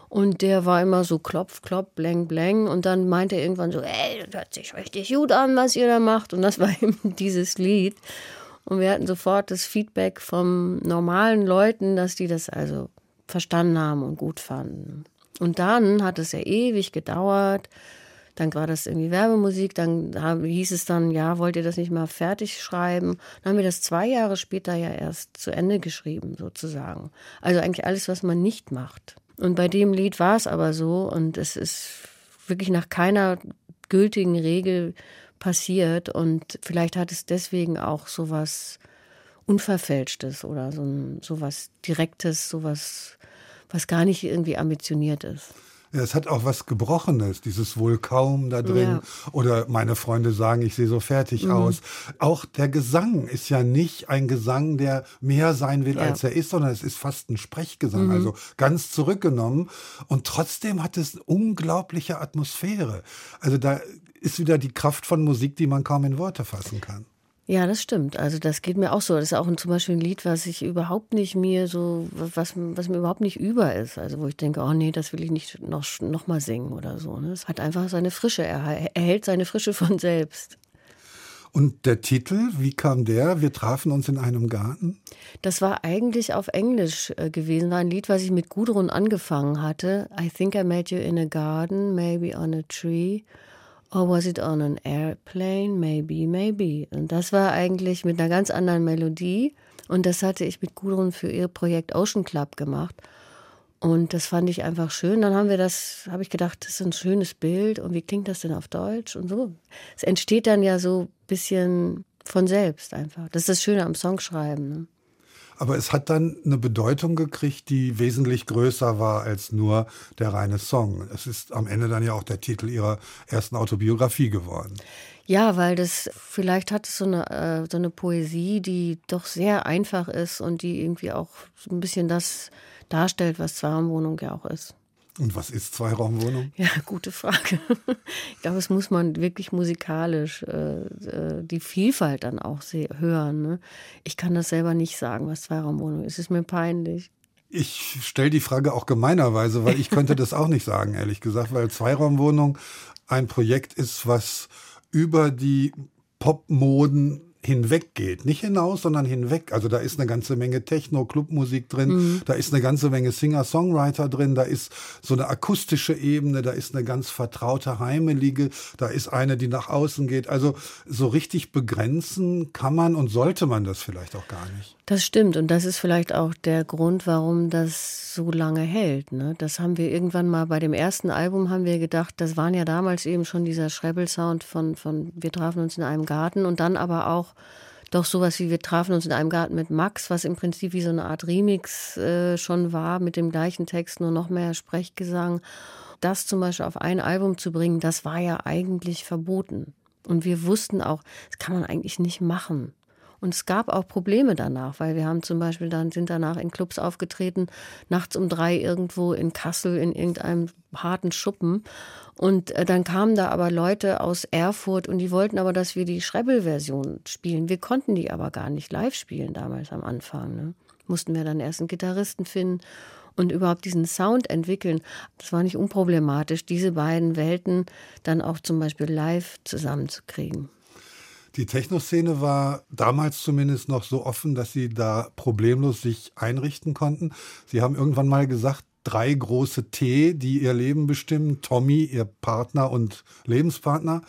Und der war immer so klopf, klopf, bläng, bläng. Und dann meinte er irgendwann so, ey, das hört sich richtig gut an, was ihr da macht. Und das war eben dieses Lied. Und wir hatten sofort das Feedback von normalen Leuten, dass die das also verstanden haben und gut fanden. Und dann hat es ja ewig gedauert. Dann war das irgendwie Werbemusik, dann hieß es dann, ja, wollt ihr das nicht mal fertig schreiben? Dann haben wir das 2 Jahre später ja erst zu Ende geschrieben, sozusagen. Also eigentlich alles, was man nicht macht. Und bei dem Lied war es aber so und es ist wirklich nach keiner gültigen Regel passiert und vielleicht hat es deswegen auch sowas Unverfälschtes oder sowas Direktes, sowas, was gar nicht irgendwie ambitioniert ist. Ja, es hat auch was Gebrochenes, dieses wohl kaum da drin. Ja. Oder meine Freunde sagen, ich sehe so fertig aus. Auch der Gesang ist ja nicht ein Gesang, der mehr sein will, als er ist, sondern es ist fast ein Sprechgesang, also ganz zurückgenommen. Und trotzdem hat es eine unglaubliche Atmosphäre. Also da ist wieder die Kraft von Musik, die man kaum in Worte fassen kann. Ja, das stimmt. Also das geht mir auch so. Das ist auch zum Beispiel ein Lied, was ich überhaupt nicht mir so, was mir überhaupt nicht über ist. Also wo ich denke, oh nee, das will ich nicht noch mal singen oder so. Es hat einfach seine Frische, er erhält seine Frische von selbst. Und der Titel, wie kam der? Wir trafen uns in einem Garten? Das war eigentlich auf Englisch gewesen. War ein Lied, was ich mit Gudrun angefangen hatte. I think I met you in a garden, maybe on a tree. Or was it on an airplane? Maybe, maybe. Und das war eigentlich mit einer ganz anderen Melodie. Und das hatte ich mit Gudrun für ihr Projekt Ocean Club gemacht. Und das fand ich einfach schön. Dann habe ich gedacht, das ist ein schönes Bild. Und wie klingt das denn auf Deutsch? Und so. Es entsteht dann ja so ein bisschen von selbst einfach. Das ist das Schöne am Songschreiben, ne? Aber es hat dann eine Bedeutung gekriegt, die wesentlich größer war als nur der reine Song. Es ist am Ende dann ja auch der Titel ihrer ersten Autobiografie geworden. Ja, weil vielleicht hat es so eine Poesie, die doch sehr einfach ist und die irgendwie auch so ein bisschen das darstellt, was Zweiraumwohnung ja auch ist. Und was ist Zweiraumwohnung? Ja, gute Frage. Ich glaube, es muss man wirklich musikalisch die Vielfalt dann auch hören. Ne? Ich kann das selber nicht sagen, was Zweiraumwohnung ist. Es ist mir peinlich. Ich stelle die Frage auch gemeinerweise, weil ich könnte das auch nicht sagen, ehrlich gesagt, weil Zweiraumwohnung ein Projekt ist, was über die Popmoden hinweg geht. Nicht hinaus, sondern hinweg. Also da ist eine ganze Menge Techno-Clubmusik drin, da ist eine ganze Menge Singer-Songwriter drin, da ist so eine akustische Ebene, da ist eine ganz vertraute, heimelige, da ist eine, die nach außen geht. Also so richtig begrenzen kann man und sollte man das vielleicht auch gar nicht. Das stimmt und das ist vielleicht auch der Grund, warum das so lange hält. Ne? Das haben wir irgendwann mal bei dem ersten Album haben wir gedacht, das waren ja damals eben schon dieser Schrebbel-Sound von Wir trafen uns in einem Garten und dann aber auch doch sowas wie Wir trafen uns in einem Garten mit Max, was im Prinzip wie so eine Art Remix schon war, mit dem gleichen Text, nur noch mehr Sprechgesang. Das zum Beispiel auf ein Album zu bringen, das war ja eigentlich verboten. Und wir wussten auch, das kann man eigentlich nicht machen. Und es gab auch Probleme danach, weil wir haben zum Beispiel sind danach in Clubs aufgetreten, nachts um 3 irgendwo in Kassel in irgendeinem harten Schuppen. Und dann kamen da aber Leute aus Erfurt und die wollten aber, dass wir die Schrebbel-Version spielen. Wir konnten die aber gar nicht live spielen damals am Anfang. Ne? Mussten wir dann erst einen Gitarristen finden und überhaupt diesen Sound entwickeln. Das war nicht unproblematisch, diese beiden Welten dann auch zum Beispiel live zusammenzukriegen. Die Techno-Szene war damals zumindest noch so offen, dass sie da problemlos sich einrichten konnten. Sie haben irgendwann mal gesagt, 3 große T, die ihr Leben bestimmen. Tommy, ihr Partner und Lebenspartner,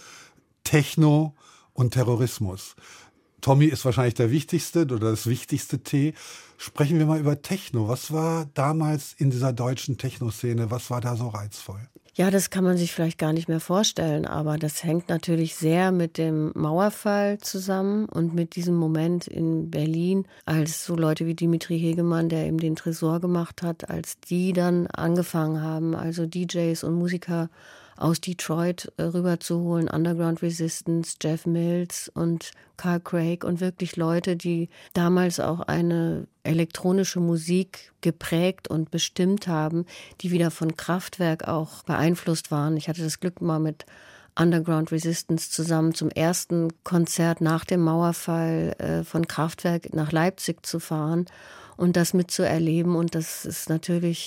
Techno und Terrorismus. Tommy ist wahrscheinlich der wichtigste oder das wichtigste T. Sprechen wir mal über Techno. Was war damals in dieser deutschen Techno-Szene, was war da so reizvoll? Ja, das kann man sich vielleicht gar nicht mehr vorstellen, aber das hängt natürlich sehr mit dem Mauerfall zusammen und mit diesem Moment in Berlin, als so Leute wie Dimitri Hegemann, der eben den Tresor gemacht hat, als die dann angefangen haben, also DJs und Musiker aus Detroit rüberzuholen, Underground Resistance, Jeff Mills und Carl Craig und wirklich Leute, die damals auch eine elektronische Musik geprägt und bestimmt haben, die wieder von Kraftwerk auch beeinflusst waren. Ich hatte das Glück, mal mit Underground Resistance zusammen zum ersten Konzert nach dem Mauerfall von Kraftwerk nach Leipzig zu fahren und das mitzuerleben. Und das ist natürlich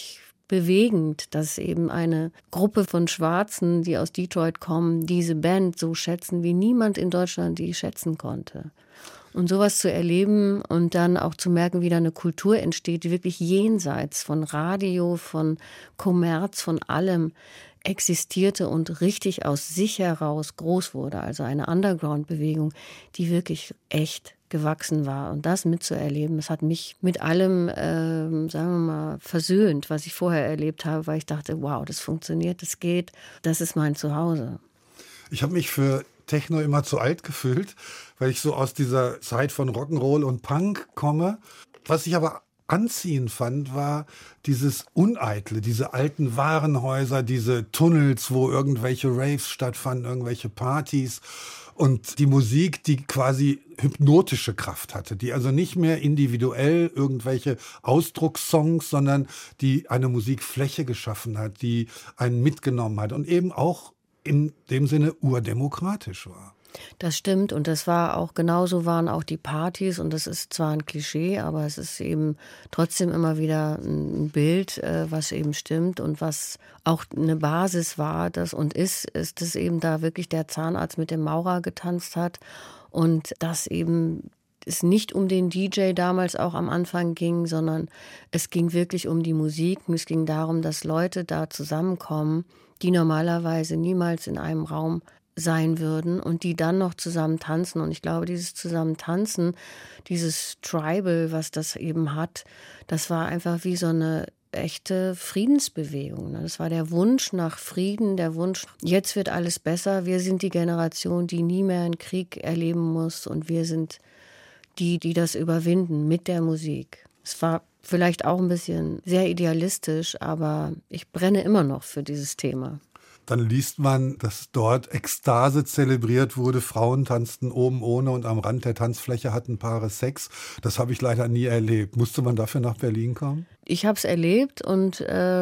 bewegend, dass eben eine Gruppe von Schwarzen, die aus Detroit kommen, diese Band so schätzen, wie niemand in Deutschland die schätzen konnte. Und sowas zu erleben und dann auch zu merken, wie da eine Kultur entsteht, die wirklich jenseits von Radio, von Kommerz, von allem existierte und richtig aus sich heraus groß wurde. Also eine Underground-Bewegung, die wirklich echt gewachsen war. Und das mitzuerleben, das hat mich mit allem, sagen wir mal, versöhnt, was ich vorher erlebt habe, weil ich dachte, wow, das funktioniert, das geht, das ist mein Zuhause. Ich habe mich für Techno immer zu alt gefühlt, weil ich so aus dieser Zeit von Rock'n'Roll und Punk komme. Was ich aber anziehend fand, war dieses Uneitle, diese alten Warenhäuser, diese Tunnels, wo irgendwelche Raves stattfanden, irgendwelche Partys. Und die Musik, die quasi hypnotische Kraft hatte, die also nicht mehr individuell irgendwelche Ausdruckssongs, sondern die eine Musikfläche geschaffen hat, die einen mitgenommen hat und eben auch in dem Sinne urdemokratisch war. Das stimmt und das war auch, genauso waren auch die Partys und das ist zwar ein Klischee, aber es ist eben trotzdem immer wieder ein Bild, was eben stimmt und was auch eine Basis war, das und ist, dass eben da wirklich der Zahnarzt mit dem Maurer getanzt hat und dass eben es nicht um den DJ damals auch am Anfang ging, sondern es ging wirklich um die Musik und es ging darum, dass Leute da zusammenkommen, die normalerweise niemals in einem Raum sein würden und die dann noch zusammen tanzen. Und ich glaube, dieses Zusammentanzen, dieses Tribal, was das eben hat, das war einfach wie so eine echte Friedensbewegung. Das war der Wunsch nach Frieden, der Wunsch, jetzt wird alles besser. Wir sind die Generation, die nie mehr einen Krieg erleben muss und wir sind die das überwinden mit der Musik. Es war vielleicht auch ein bisschen sehr idealistisch, aber ich brenne immer noch für dieses Thema. Dann liest man, dass dort Ekstase zelebriert wurde. Frauen tanzten oben ohne und am Rand der Tanzfläche hatten Paare Sex. Das habe ich leider nie erlebt. Musste man dafür nach Berlin kommen? Ich habe es erlebt und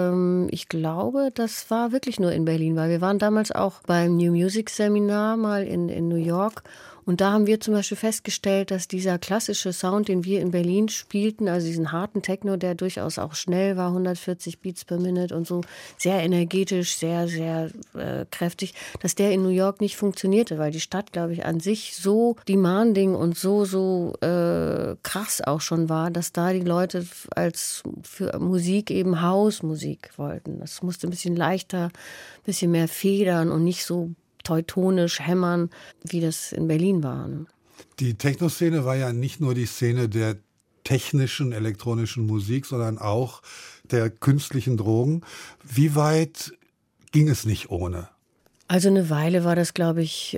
ich glaube, das war wirklich nur in Berlin, weil wir waren damals auch beim New Music Seminar mal in New York. Und da haben wir zum Beispiel festgestellt, dass dieser klassische Sound, den wir in Berlin spielten, also diesen harten Techno, der durchaus auch schnell war, 140 Beats per Minute und so, sehr energetisch, sehr, sehr kräftig, dass der in New York nicht funktionierte, weil die Stadt, glaube ich, an sich so demanding und so krass auch schon war, dass da die Leute als für Musik eben Hausmusik wollten. Das musste ein bisschen leichter, ein bisschen mehr federn und nicht so teutonisch hämmern, wie das in Berlin war. Die Techno-Szene war ja nicht nur die Szene der technischen, elektronischen Musik, sondern auch der künstlichen Drogen. Wie weit ging es nicht ohne? Also eine Weile war das, glaube ich,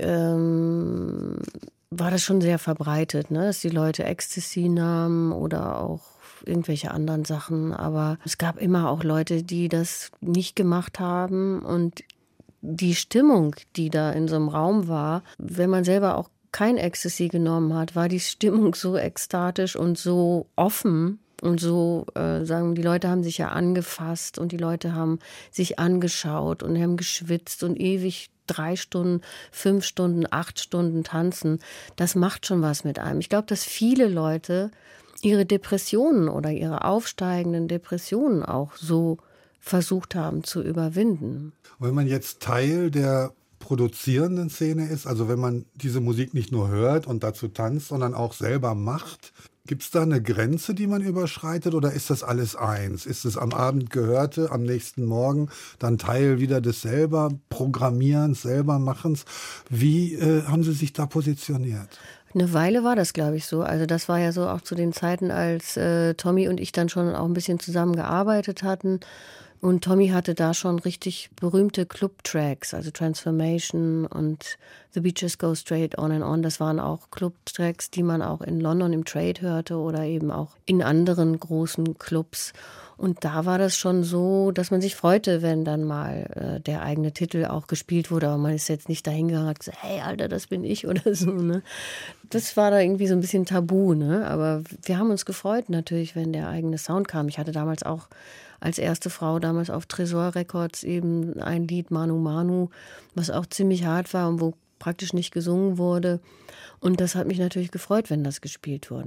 war das schon sehr verbreitet, ne? Dass die Leute Ecstasy nahmen oder auch irgendwelche anderen Sachen. Aber es gab immer auch Leute, die das nicht gemacht haben und die Stimmung, die da in so einem Raum war, wenn man selber auch kein Ecstasy genommen hat, war die Stimmung so ekstatisch und so offen und so, die Leute haben sich ja angefasst und die Leute haben sich angeschaut und haben geschwitzt und ewig 3 Stunden, 5 Stunden, 8 Stunden tanzen. Das macht schon was mit einem. Ich glaube, dass viele Leute ihre Depressionen oder ihre aufsteigenden Depressionen auch so versucht haben zu überwinden. Wenn man jetzt Teil der produzierenden Szene ist, also wenn man diese Musik nicht nur hört und dazu tanzt, sondern auch selber macht, gibt es da eine Grenze, die man überschreitet oder ist das alles eins? Ist es am Abend Gehörte, am nächsten Morgen dann Teil wieder des selber Programmierens, selber Machens? Wie haben Sie sich da positioniert? Eine Weile war das, glaube ich, so. Also das war ja so auch zu den Zeiten, als Tommy und ich dann schon auch ein bisschen zusammengearbeitet hatten. Und Tommy hatte da schon richtig berühmte Club-Tracks, also Transformation und The Beaches Go Straight On and On. Das waren auch Club-Tracks, die man auch in London im Trade hörte oder eben auch in anderen großen Clubs. Und da war das schon so, dass man sich freute, wenn dann mal der eigene Titel auch gespielt wurde. Aber man ist jetzt nicht dahingegangen und hat gesagt, hey, Alter, das bin ich oder so. Ne? Das war da irgendwie so ein bisschen tabu. Ne? Aber wir haben uns gefreut natürlich, wenn der eigene Sound kam. Ich hatte damals auch als erste Frau damals auf Tresor Records eben ein Lied Manu Manu, was auch ziemlich hart war und wo praktisch nicht gesungen wurde. Und das hat mich natürlich gefreut, wenn das gespielt wurde.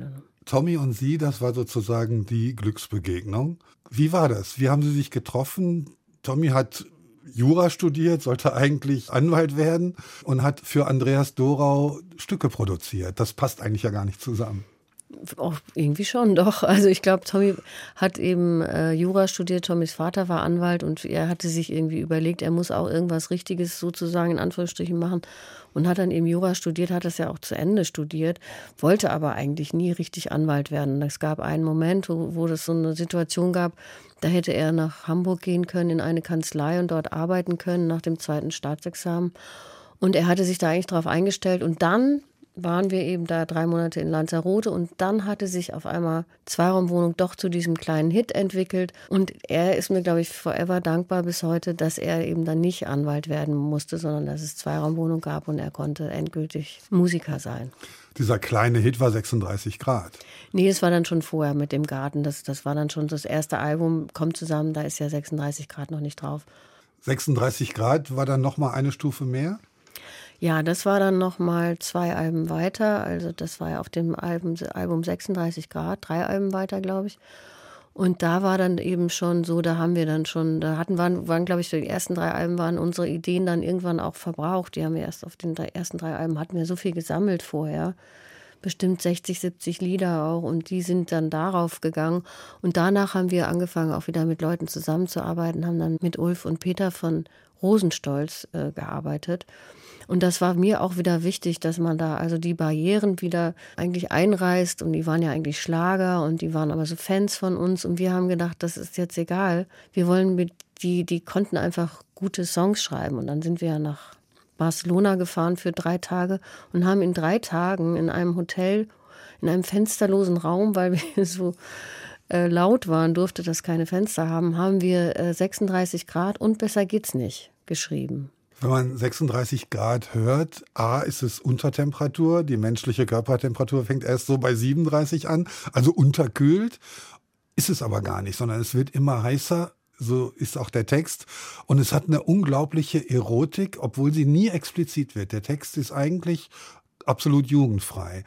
Tommy und Sie, das war sozusagen die Glücksbegegnung. Wie war das? Wie haben Sie sich getroffen? Tommy hat Jura studiert, sollte eigentlich Anwalt werden und hat für Andreas Dorau Stücke produziert. Das passt eigentlich ja gar nicht zusammen. Oh, irgendwie schon, doch. Also ich glaube, Tommy hat eben Jura studiert. Tommys Vater war Anwalt und er hatte sich irgendwie überlegt, er muss auch irgendwas Richtiges sozusagen in Anführungsstrichen machen und hat dann eben Jura studiert, hat das ja auch zu Ende studiert, wollte aber eigentlich nie richtig Anwalt werden. Es gab einen Moment, wo es so eine Situation gab, da hätte er nach Hamburg gehen können in eine Kanzlei und dort arbeiten können nach dem 2. Staatsexamen. Und er hatte sich da eigentlich drauf eingestellt und dann waren wir eben da 3 Monate in Lanzarote und dann hatte sich auf einmal Zweiraumwohnung doch zu diesem kleinen Hit entwickelt und er ist mir, glaube ich, forever dankbar bis heute, dass er eben dann nicht Anwalt werden musste, sondern dass es Zweiraumwohnung gab und er konnte endgültig Musiker sein. Dieser kleine Hit war 36 Grad. Nee, es war dann schon vorher mit dem Garten, das war dann schon das erste Album, kommt zusammen, da ist ja 36 Grad noch nicht drauf. 36 Grad war dann nochmal eine Stufe mehr? Ja, das war dann nochmal 2 Alben weiter. Also das war ja auf dem Album 36 Grad, 3 Alben weiter, glaube ich. Und da war dann eben schon so, waren, glaube ich, die ersten 3 Alben waren unsere Ideen dann irgendwann auch verbraucht. Die haben wir erst auf den ersten 3 Alben hatten wir so viel gesammelt vorher. Bestimmt 60, 70 Lieder auch und die sind dann darauf gegangen. Und danach haben wir angefangen, auch wieder mit Leuten zusammenzuarbeiten, haben dann mit Ulf und Peter von Rosenstolz gearbeitet. Und das war mir auch wieder wichtig, dass man da also die Barrieren wieder eigentlich einreißt. Und die waren ja eigentlich Schlager und die waren aber so Fans von uns. Und wir haben gedacht, das ist jetzt egal. Wir wollen die konnten einfach gute Songs schreiben. Und dann sind wir ja nach Barcelona gefahren für 3 Tage und haben in 3 Tagen in einem Hotel, in einem fensterlosen Raum, weil wir so laut waren, durfte das keine Fenster haben wir 36 Grad und Besser geht's nicht geschrieben. Wenn man 36 Grad hört, A, ist es Untertemperatur, die menschliche Körpertemperatur fängt erst so bei 37 an, also unterkühlt, ist es aber gar nicht, sondern es wird immer heißer, so ist auch der Text und es hat eine unglaubliche Erotik, obwohl sie nie explizit wird. Der Text ist eigentlich absolut jugendfrei.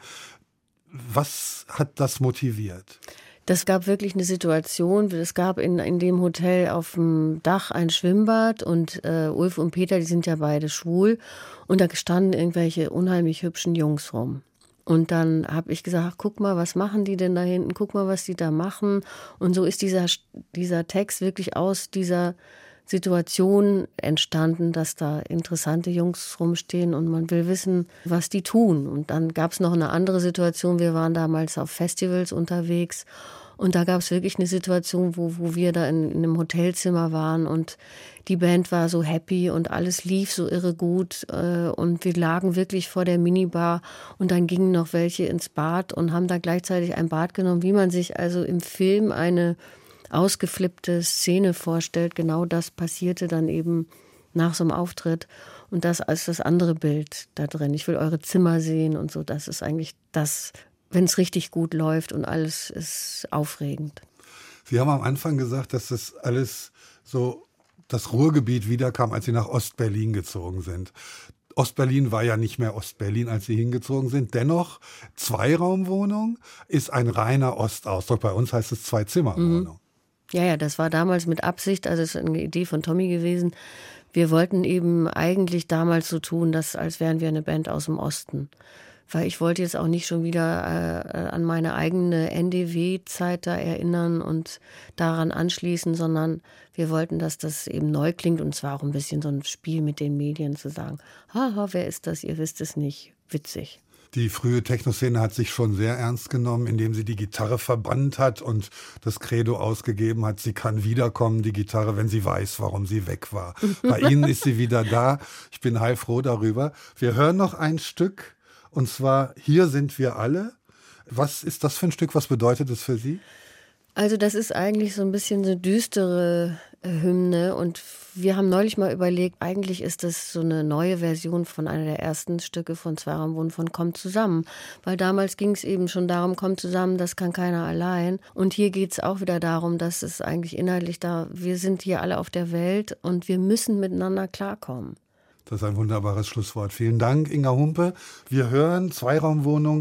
Was hat das motiviert? Das gab wirklich eine Situation, es gab in dem Hotel auf dem Dach ein Schwimmbad und Ulf und Peter, die sind ja beide schwul und da standen irgendwelche unheimlich hübschen Jungs rum. Und dann habe ich gesagt, guck mal, was machen die denn da hinten, guck mal, was die da machen. Und so ist dieser Text wirklich aus dieser Situation entstanden, dass da interessante Jungs rumstehen und man will wissen, was die tun. Und dann gab es noch eine andere Situation, wir waren damals auf Festivals unterwegs und da gab es wirklich eine Situation, wo wir da in einem Hotelzimmer waren und die Band war so happy und alles lief so irre gut und wir lagen wirklich vor der Minibar und dann gingen noch welche ins Bad und haben da gleichzeitig ein Bad genommen, wie man sich also im Film eine ausgeflippte Szene vorstellt. Genau das passierte dann eben nach so einem Auftritt. Und das als das andere Bild da drin. Ich will eure Zimmer sehen und so. Das ist eigentlich das, wenn es richtig gut läuft und alles ist aufregend. Sie haben am Anfang gesagt, dass das alles so das Ruhrgebiet wiederkam, als Sie nach Ostberlin gezogen sind. Ostberlin war ja nicht mehr Ostberlin, als Sie hingezogen sind. Dennoch, Zweiraumwohnung ist ein reiner Ostausdruck. Bei uns heißt es Zwei-Zimmer-Wohnung. Ja, das war damals mit Absicht, also es ist eine Idee von Tommy gewesen. Wir wollten eben eigentlich damals so tun, als wären wir eine Band aus dem Osten. Weil ich wollte jetzt auch nicht schon wieder an meine eigene NDW-Zeit da erinnern und daran anschließen, sondern wir wollten, dass das eben neu klingt. Und es war auch ein bisschen so ein Spiel mit den Medien zu sagen, haha, wer ist das, ihr wisst es nicht, witzig. Die frühe Techno-Szene hat sich schon sehr ernst genommen, indem sie die Gitarre verbannt hat und das Credo ausgegeben hat, sie kann wiederkommen, die Gitarre, wenn sie weiß, warum sie weg war. Bei Ihnen ist sie wieder da. Ich bin heilfroh darüber. Wir hören noch ein Stück, und zwar Hier sind wir alle. Was ist das für ein Stück? Was bedeutet es für Sie? Also das ist eigentlich so ein bisschen so düstere Hymne und wir haben neulich mal überlegt, eigentlich ist das so eine neue Version von einer der ersten Stücke von Zweiraumwohnung von Kommt zusammen, weil damals ging es eben schon darum, kommt zusammen, das kann keiner allein und hier geht es auch wieder darum, dass es eigentlich inhaltlich wir sind hier alle auf der Welt und wir müssen miteinander klarkommen. Das ist ein wunderbares Schlusswort. Vielen Dank, Inga Humpe. Wir hören Zweiraumwohnung,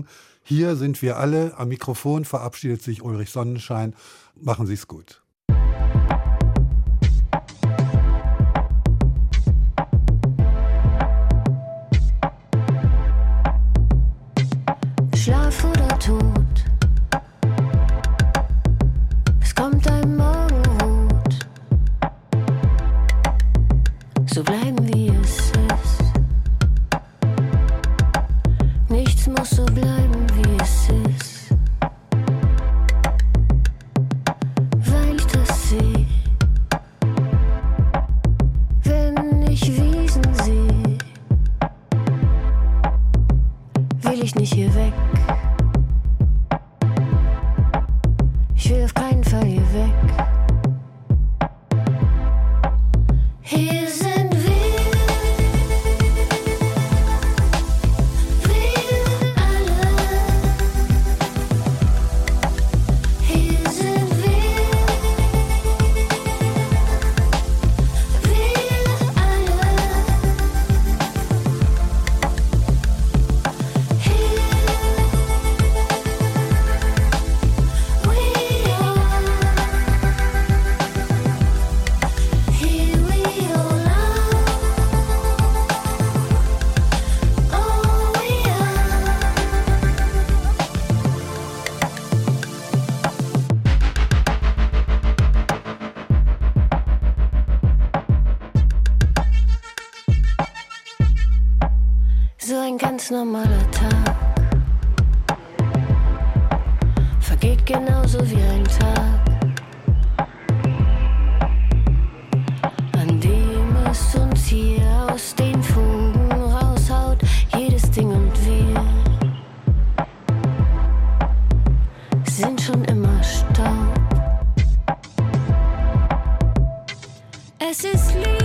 Hier sind wir alle. Am Mikrofon verabschiedet sich Ulrich Sonnenschein. Machen Sie es gut. Schlaf oder Tod, es kommt ein Morgenrot, so bleiben wie es ist, nichts muss so bleiben wie es ist, weil ich das sehe, wenn ich Wiesen sehe, will ich nicht hier weg. Ich will auf keinen Fall hier weg. Hier sind wir alle. Hier sind wir alle. So ein ganz normaler Tag vergeht genauso wie ein Tag, an dem es uns hier aus den Fugen raushaut, jedes Ding und wir sind schon immer Staub. Es ist Liebe.